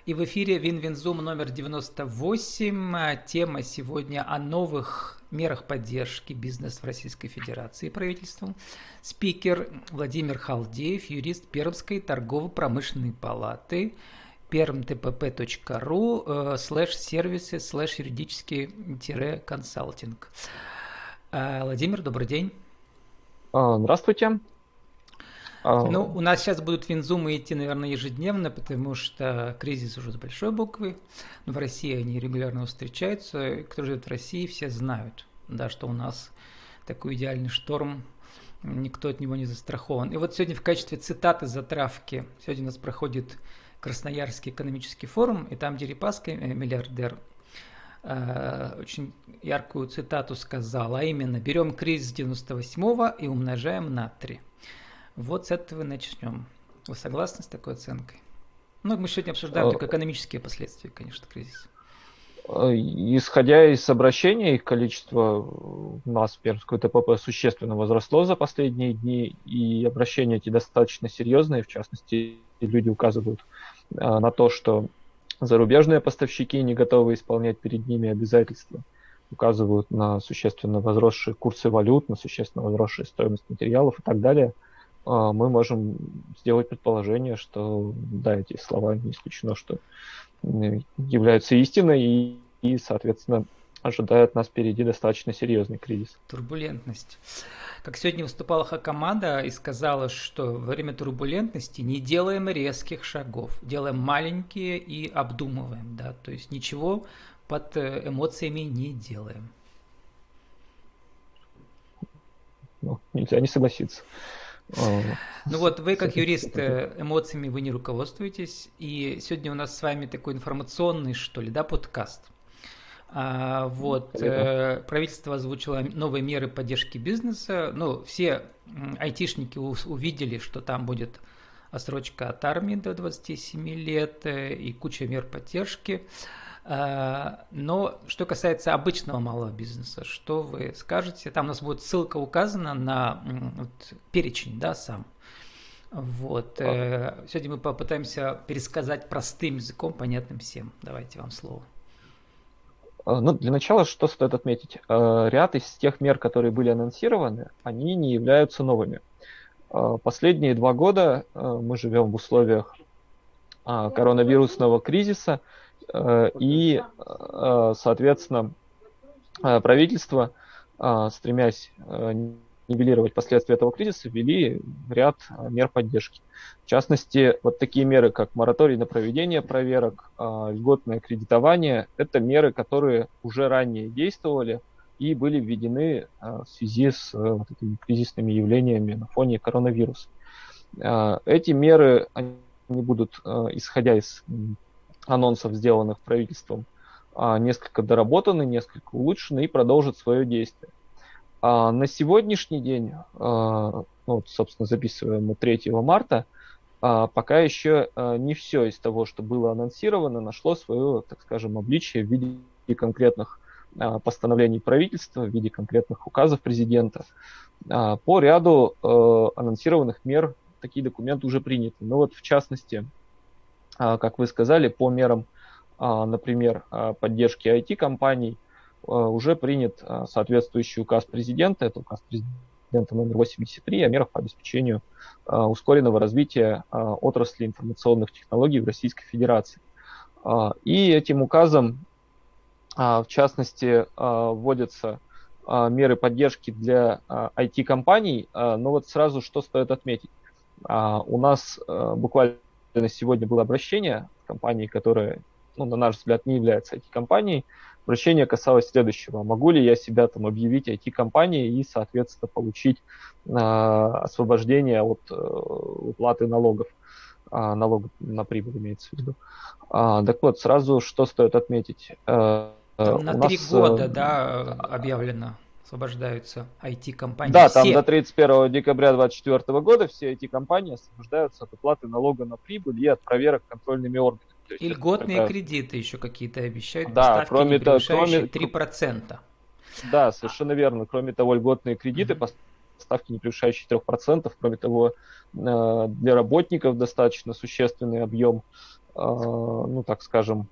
И в эфире Винвинзум номер 98. Тема сегодня о новых мерах поддержки бизнеса в Российской Федерации правительством. Спикер Владимир Халдеев, юрист Пермской торгово-промышленной палаты, permtpp.ru /сервисы /юридический-консалтинг. Владимир, добрый день. Здравствуйте. Ну, у нас сейчас будут винзумы идти, наверное, ежедневно, потому что кризис уже с большой буквы. В России они регулярно встречаются. Кто живет в России, все знают, да, что у нас такой идеальный шторм, никто от него не застрахован. И вот сегодня в качестве цитаты затравки, сегодня у нас проходит Красноярский экономический форум, и там Дерипаска, миллиардер, очень яркую цитату сказал, а именно: берем кризис 98-го и умножаем на 3. Вот с этого начнем. Вы согласны с такой оценкой? Ну, мы сегодня обсуждаем только экономические последствия, конечно, кризиса. Исходя из обращений, количество у нас в Пермской ТПП существенно возросло за последние дни, и обращения эти достаточно серьезные. В частности, люди указывают на то, что зарубежные поставщики не готовы исполнять перед ними обязательства, указывают на существенно возросшие курсы валют, на существенно возросшую стоимость материалов и так далее. Мы можем сделать предположение, что, да, эти слова не исключено, что являются истиной и, соответственно, ожидает нас впереди достаточно серьезный кризис. Турбулентность. Как сегодня выступала Хакамада и сказала, что во время турбулентности не делаем резких шагов, делаем маленькие и обдумываем, да, то есть ничего под эмоциями не делаем. Ну, нельзя не согласиться. Ну вот вы как юрист эмоциями вы не руководствуетесь, и сегодня у нас с вами такой информационный, что ли, да, подкаст. Правительство озвучило новые меры поддержки бизнеса. Ну, все айтишники увидели, что там будет отсрочка от армии до 27 лет и куча мер поддержки. Но что касается обычного малого бизнеса, что вы скажете? Там у нас будет ссылка указана на перечень, да, сам. Вот. Сегодня мы попытаемся пересказать простым языком, понятным всем. Давайте вам слово. Ну, для начала, что стоит отметить? Ряд из тех мер, которые были анонсированы, они не являются новыми. Последние 2 года мы живем в условиях коронавирусного кризиса, и, соответственно, правительство, стремясь нивелировать последствия этого кризиса, ввели ряд мер поддержки. В частности, вот такие меры, как мораторий на проведение проверок, льготное кредитование, это меры, которые уже ранее действовали и были введены в связи с вот этими кризисными явлениями на фоне коронавируса. Эти меры, они будут, исходя из анонсов, сделанных правительством, несколько доработаны, несколько улучшены и продолжат свое действие. На сегодняшний день, собственно, записываем мы 3 марта, пока еще не все из того, что было анонсировано, нашло свое, так скажем, обличие в виде конкретных постановлений правительства, в виде конкретных указов президента. По ряду анонсированных мер такие документы уже приняты. Но вот в частности, как вы сказали, по мерам, например, поддержки IT-компаний, уже принят соответствующий указ президента, это указ президента номер 83 о мерах по обеспечению ускоренного развития отрасли информационных технологий в Российской Федерации. И этим указом, в частности, вводятся меры поддержки для IT-компаний, но вот сразу что стоит отметить. У нас буквально сегодня было обращение в компании, которая, на наш взгляд, не является IT-компанией. Обращение касалось следующего: могу ли я себя там объявить IT-компанией и, соответственно, получить освобождение от уплаты налогов, налогов на прибыль имеется в виду. Так вот, сразу что стоит отметить. Там на 3 года, да, объявлено, освобождаются IT-компании. Да, все. Там до 31 декабря 2024 года все эти компании освобождаются от уплаты налога на прибыль и от проверок контрольными органами. И льготные кредиты еще какие-то обещают, да, поставки, не превышающие 3%. Да, совершенно верно. Кроме того, льготные кредиты, ставки, не превышающие 3%. Кроме того, для работников достаточно существенный объем ну, так скажем,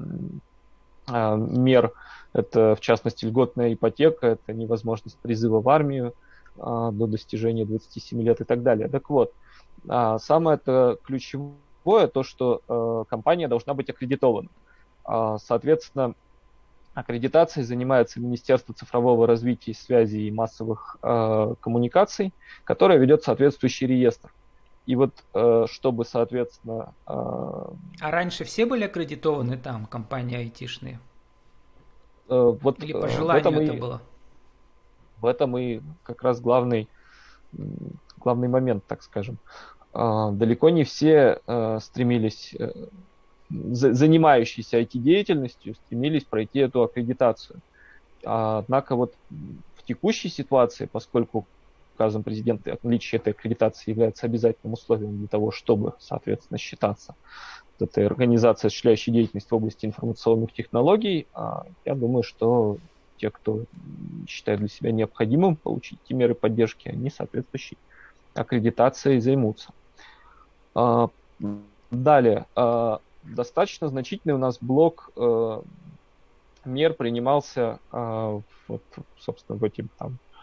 мер. Это, в частности, льготная ипотека, это невозможность призыва в армию до достижения 27 лет и так далее. Так вот, самое это ключевое, то, что компания должна быть аккредитована. Соответственно, аккредитацией занимается Министерство цифрового развития, связи и массовых коммуникаций, которое ведет соответствующий реестр. И вот чтобы, соответственно... А раньше все были аккредитованы там, компании айтишные? Вот Или по желанию это было? в этом и как раз главный момент, так скажем. Далеко не все стремились, занимающиеся IT-деятельностью, стремились пройти эту аккредитацию. Однако вот в текущей ситуации, поскольку указом президента наличие этой аккредитации является обязательным условием для того, чтобы, соответственно, считаться этой организацией, осуществляющей деятельность в области информационных технологий, я думаю, что те, кто считает для себя необходимым получить те меры поддержки, они соответствующей аккредитацией займутся. Далее, достаточно значительный у нас блок мер принимался, вот, собственно, в эти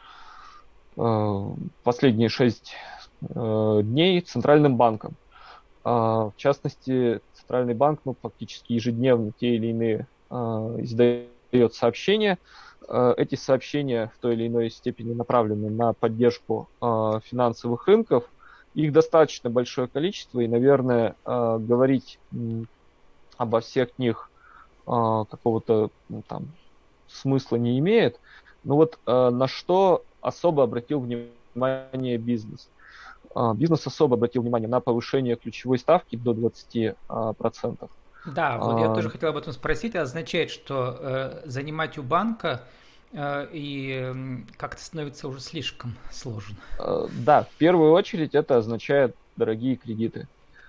последние 6 дней Центральным банком. В частности, Центральный банк фактически ежедневно те или иные издает сообщения. Эти сообщения в той или иной степени направлены на поддержку финансовых рынков. Их достаточно большое количество, и, наверное, говорить обо всех них какого-то смысла не имеет. Но вот на что особо обратил внимание бизнес? Бизнес особо обратил внимание на повышение ключевой ставки до 20%. Да, вот я тоже хотел об этом спросить. Это означает, что занимать у банка и как-то становится уже слишком сложно. Да, в первую очередь это означает дорогие кредиты.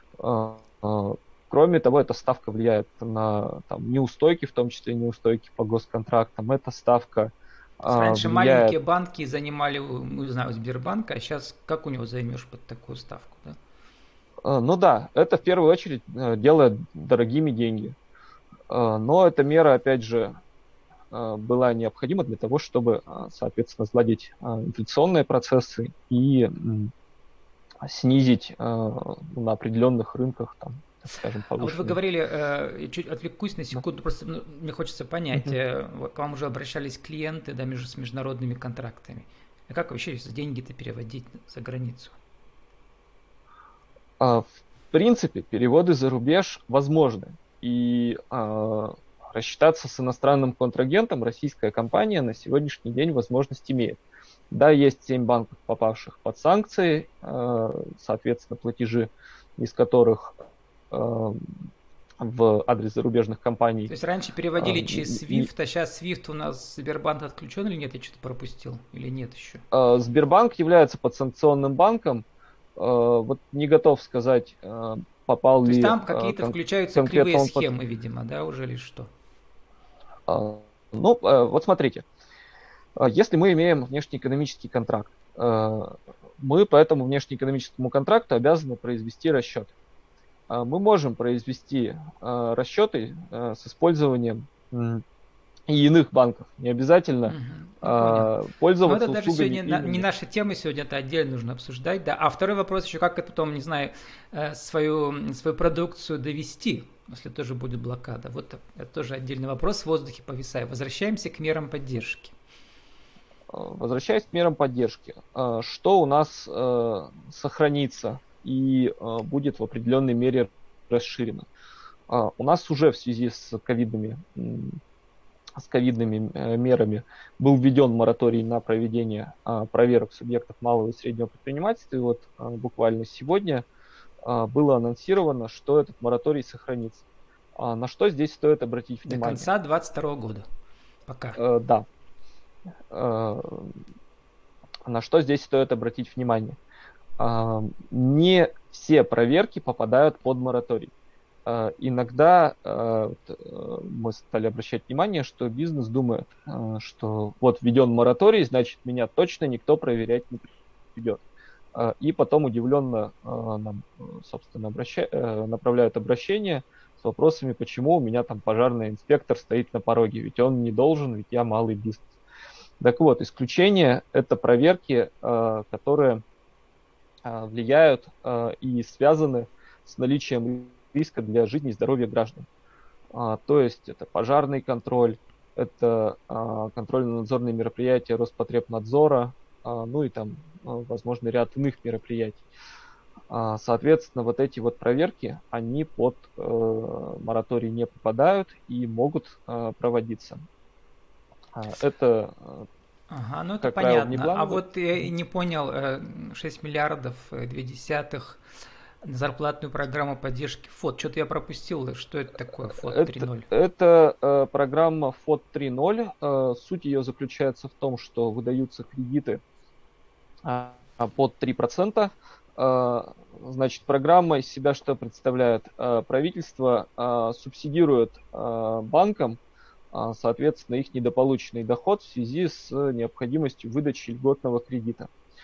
Кроме того, эта ставка влияет на неустойки, в том числе неустойки по госконтрактам. Эта ставка раньше влияет... маленькие банки занимали, не знаю, Сбербанка, а сейчас как у него займешь под такую ставку, да? Ну да, это в первую очередь делает дорогими деньги. Но эта мера, опять же, была необходима для того, чтобы, соответственно, сгладить инфляционные процессы и снизить на определенных рынках, так скажем, повышенные. Вот вы говорили, чуть отвлекусь на секунду, просто мне хочется понять, к вам уже обращались клиенты, да, с международными контрактами. А как вообще деньги-то переводить за границу? В принципе, переводы за рубеж возможны. И рассчитаться с иностранным контрагентом российская компания на сегодняшний день возможность имеет. Да, есть 7 банков, попавших под санкции, соответственно, платежи из которых в адрес зарубежных компаний. То есть раньше переводили через SWIFT, а сейчас SWIFT у нас Сбербанк отключен или нет? Я что-то пропустил. Или нет еще? Сбербанк является подсанкционным банком. Вот не готов сказать, попал ли... То есть там какие-то включаются кривые схемы, видимо, да, уже или что? Ну, вот смотрите. Если мы имеем внешнеэкономический контракт, мы по этому внешнеэкономическому контракту обязаны произвести расчет. Мы можем произвести расчеты с использованием и иных банков. Не обязательно пользоваться услугами. Но это даже сегодня не наша тема, сегодня это отдельно нужно обсуждать. Да. А второй вопрос еще, как это потом, не знаю, свою продукцию довести, если тоже будет блокада. Вот это тоже отдельный вопрос в воздухе повисает. Возвращаемся к мерам поддержки. Возвращаясь к мерам поддержки, что у нас сохранится и будет в определенной мере расширено? У нас уже в связи с ковидными мерами был введен мораторий на проведение проверок субъектов малого и среднего предпринимательства. И вот буквально сегодня было анонсировано, что этот мораторий сохранится. На что здесь стоит обратить внимание? До конца 2022 года. Пока. Да. На что здесь стоит обратить внимание? Не все проверки попадают под мораторий. Иногда мы стали обращать внимание, что бизнес думает, что вот введен мораторий, значит, меня точно никто проверять не придет. И потом удивленно нам, собственно, направляют обращение с вопросами, почему у меня там пожарный инспектор стоит на пороге, ведь он не должен, ведь я малый бизнес. Так вот, исключение – это проверки, которые влияют и связаны с наличием риска для жизни и здоровья граждан. То есть это пожарный контроль, это контрольно-надзорные мероприятия Роспотребнадзора, ну и там, возможно, ряд иных мероприятий. Соответственно, вот эти вот проверки, они под мораторий не попадают и могут проводиться. Это, Ага, ну это как правило, понятно. А внеплановые. вот я не понял, 6 миллиардов, 0,2 на зарплатную программу поддержки ФОД. Что-то я пропустил. Что это такое ФОД 3.0? Это программа ФОД 3.0. Суть ее заключается в том, что выдаются кредиты под 3%. Значит, программа из себя что представляет? Правительство субсидирует банкам, соответственно, их недополученный доход в связи с необходимостью выдачи льготного кредита.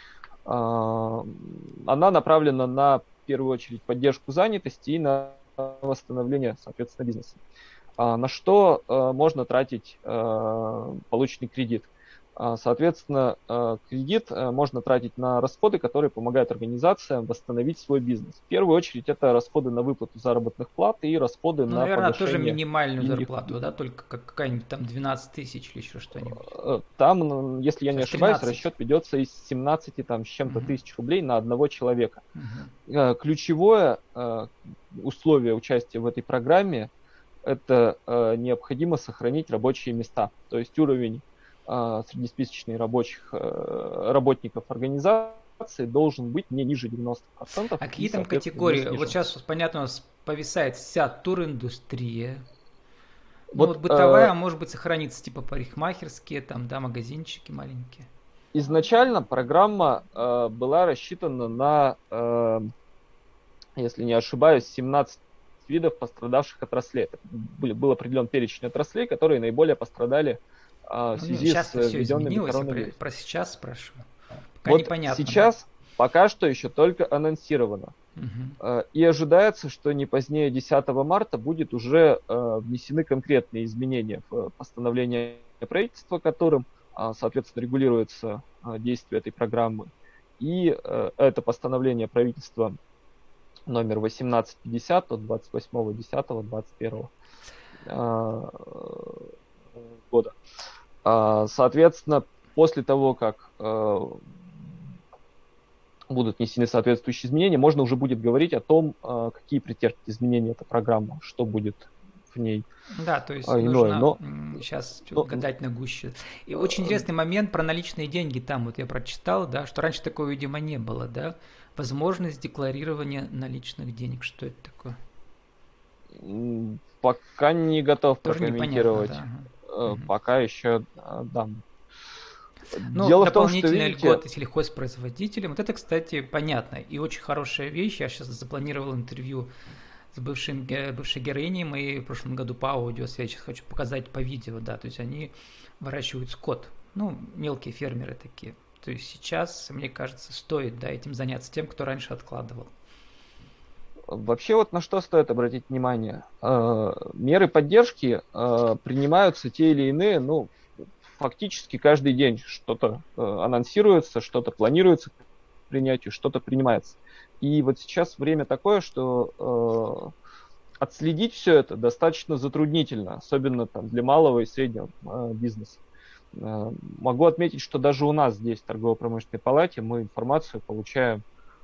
Она направлена на, в первую очередь, поддержку занятости и на восстановление, соответственно, бизнеса. На что можно тратить полученный кредит? Соответственно, кредит можно тратить на расходы, которые помогают организациям восстановить свой бизнес. В первую очередь это расходы на выплату заработных плат и расходы Ну, на наверное, тоже погашение минимальную денег. зарплату, да, только какая-нибудь там 12 тысяч или еще что-нибудь. Там, если я не Сейчас ошибаюсь, 13. расчет ведется из 17 там, с чем-то тысяч рублей на одного человека. Ключевое условие участия в этой программе – это необходимо сохранить рабочие места. То есть уровень среднесписочных работников организации должен быть не ниже 90%. А какие там категории? Вот сейчас понятно, у нас повисает вся туриндустрия. Ну вот бытовая, может быть, сохранится типа парикмахерские, там, да, магазинчики маленькие. Изначально программа была рассчитана на, если не ошибаюсь, 17 видов пострадавших отраслей. Это был определен перечень отраслей, которые наиболее пострадали в связи с введенными коронавирусом. Про сейчас спрашиваю. Пока вот непонятно. Сейчас пока что еще только анонсировано. И ожидается, что не позднее 10 марта будет уже внесены конкретные изменения в постановление правительства, которым, соответственно, регулируется действие этой программы. И это постановление правительства номер 1850 от 28.10.21 года. Соответственно, после того, как будут внесены соответствующие изменения, можно уже будет говорить о том, какие претерпит изменения эта программа, что будет в ней. Да, то есть нужно сейчас гадать на гуще. И очень интересный момент про наличные деньги там, вот я прочитал, да, что раньше такого, видимо, не было, да, возможность декларирования наличных денег. Что это такое? Пока не готов тоже прокомментировать. Да. Пока еще дам. Ну, дело дополнительные в том, что, льготы сельхозпроизводителям. Вот это, кстати, понятно и очень хорошая вещь. Я сейчас запланировал интервью с бывшей героиней моей в прошлом году по аудиосвязи. Сейчас хочу показать по видео, да. То есть они выращивают скот. Ну, мелкие фермеры такие. То есть сейчас, мне кажется, стоит, да, этим заняться тем, кто раньше откладывал. Вообще вот на что стоит обратить внимание. Меры поддержки принимаются те или иные, ну, фактически каждый день что-то анонсируется, что-то планируется к принятию, что-то принимается. И вот сейчас время такое, что отследить все это достаточно затруднительно, особенно там, для малого и среднего бизнеса. Могу отметить, что даже у нас здесь, в торгово-промышленной палате, мы информацию получаем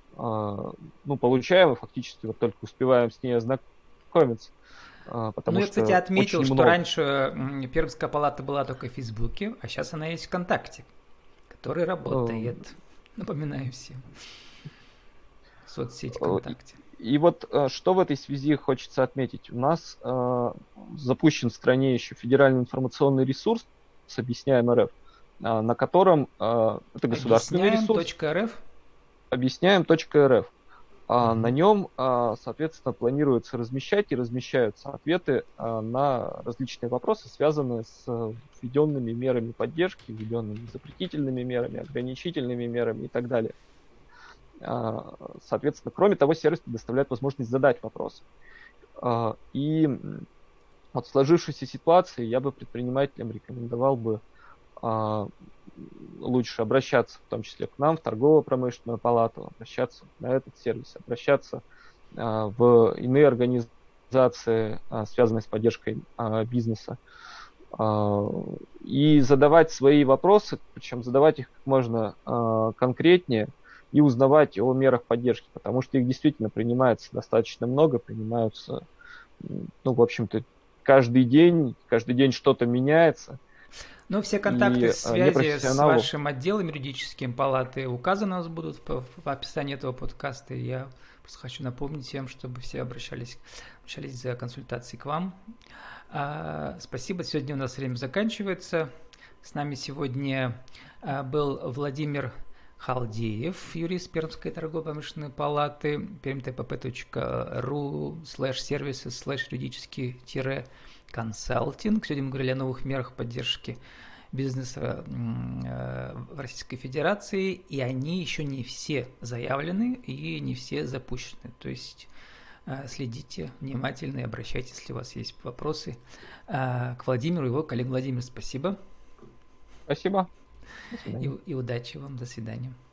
и фактически вот только успеваем с ней ознакомиться. Ну, я, кстати, отметил, что раньше Пермская палата была только в Фейсбуке, а сейчас она есть ВКонтакте, который работает. Напоминаю всем. Соцсеть ВКонтакте. И вот что в этой связи хочется отметить. У нас запущен в стране еще федеральный информационный ресурс «Объясняем РФ», на котором это государственный ресурс. Объясняем.рф. На нем, соответственно, планируется размещать и размещаются ответы на различные вопросы, связанные с введенными мерами поддержки, введенными запретительными мерами, ограничительными мерами и так далее. Соответственно, кроме того, сервис предоставляет возможность задать вопросы. И вот в сложившейся ситуации я бы предпринимателям рекомендовал бы лучше обращаться, в том числе к нам, в торгово-промышленную палату, обращаться на этот сервис, обращаться в иные организации, связанные с поддержкой бизнеса, и задавать свои вопросы, причем задавать их как можно конкретнее, и узнавать о мерах поддержки, потому что их действительно принимается достаточно много, принимаются, ну, в общем-то, каждый день что-то меняется. Ну, все контакты И связи с непрофессионалу. вашим отделом юридическим палаты указаны у нас будут в описании этого подкаста. Я просто хочу напомнить всем, чтобы все обращались за консультацией к вам. Спасибо. Сегодня у нас время заканчивается. С нами сегодня был Владимир Халдеев, юрист Пермской торгово-промышленной палаты, permtpp.ru/сервисы/юридический-консалтинг. Сегодня мы говорили о новых мерах поддержки бизнеса в Российской Федерации, и они еще не все заявлены и не все запущены. То есть следите внимательно и обращайтесь, если у вас есть вопросы к Владимиру, его коллеге. Владимир, спасибо. Спасибо. До свидания. И удачи вам. До свидания.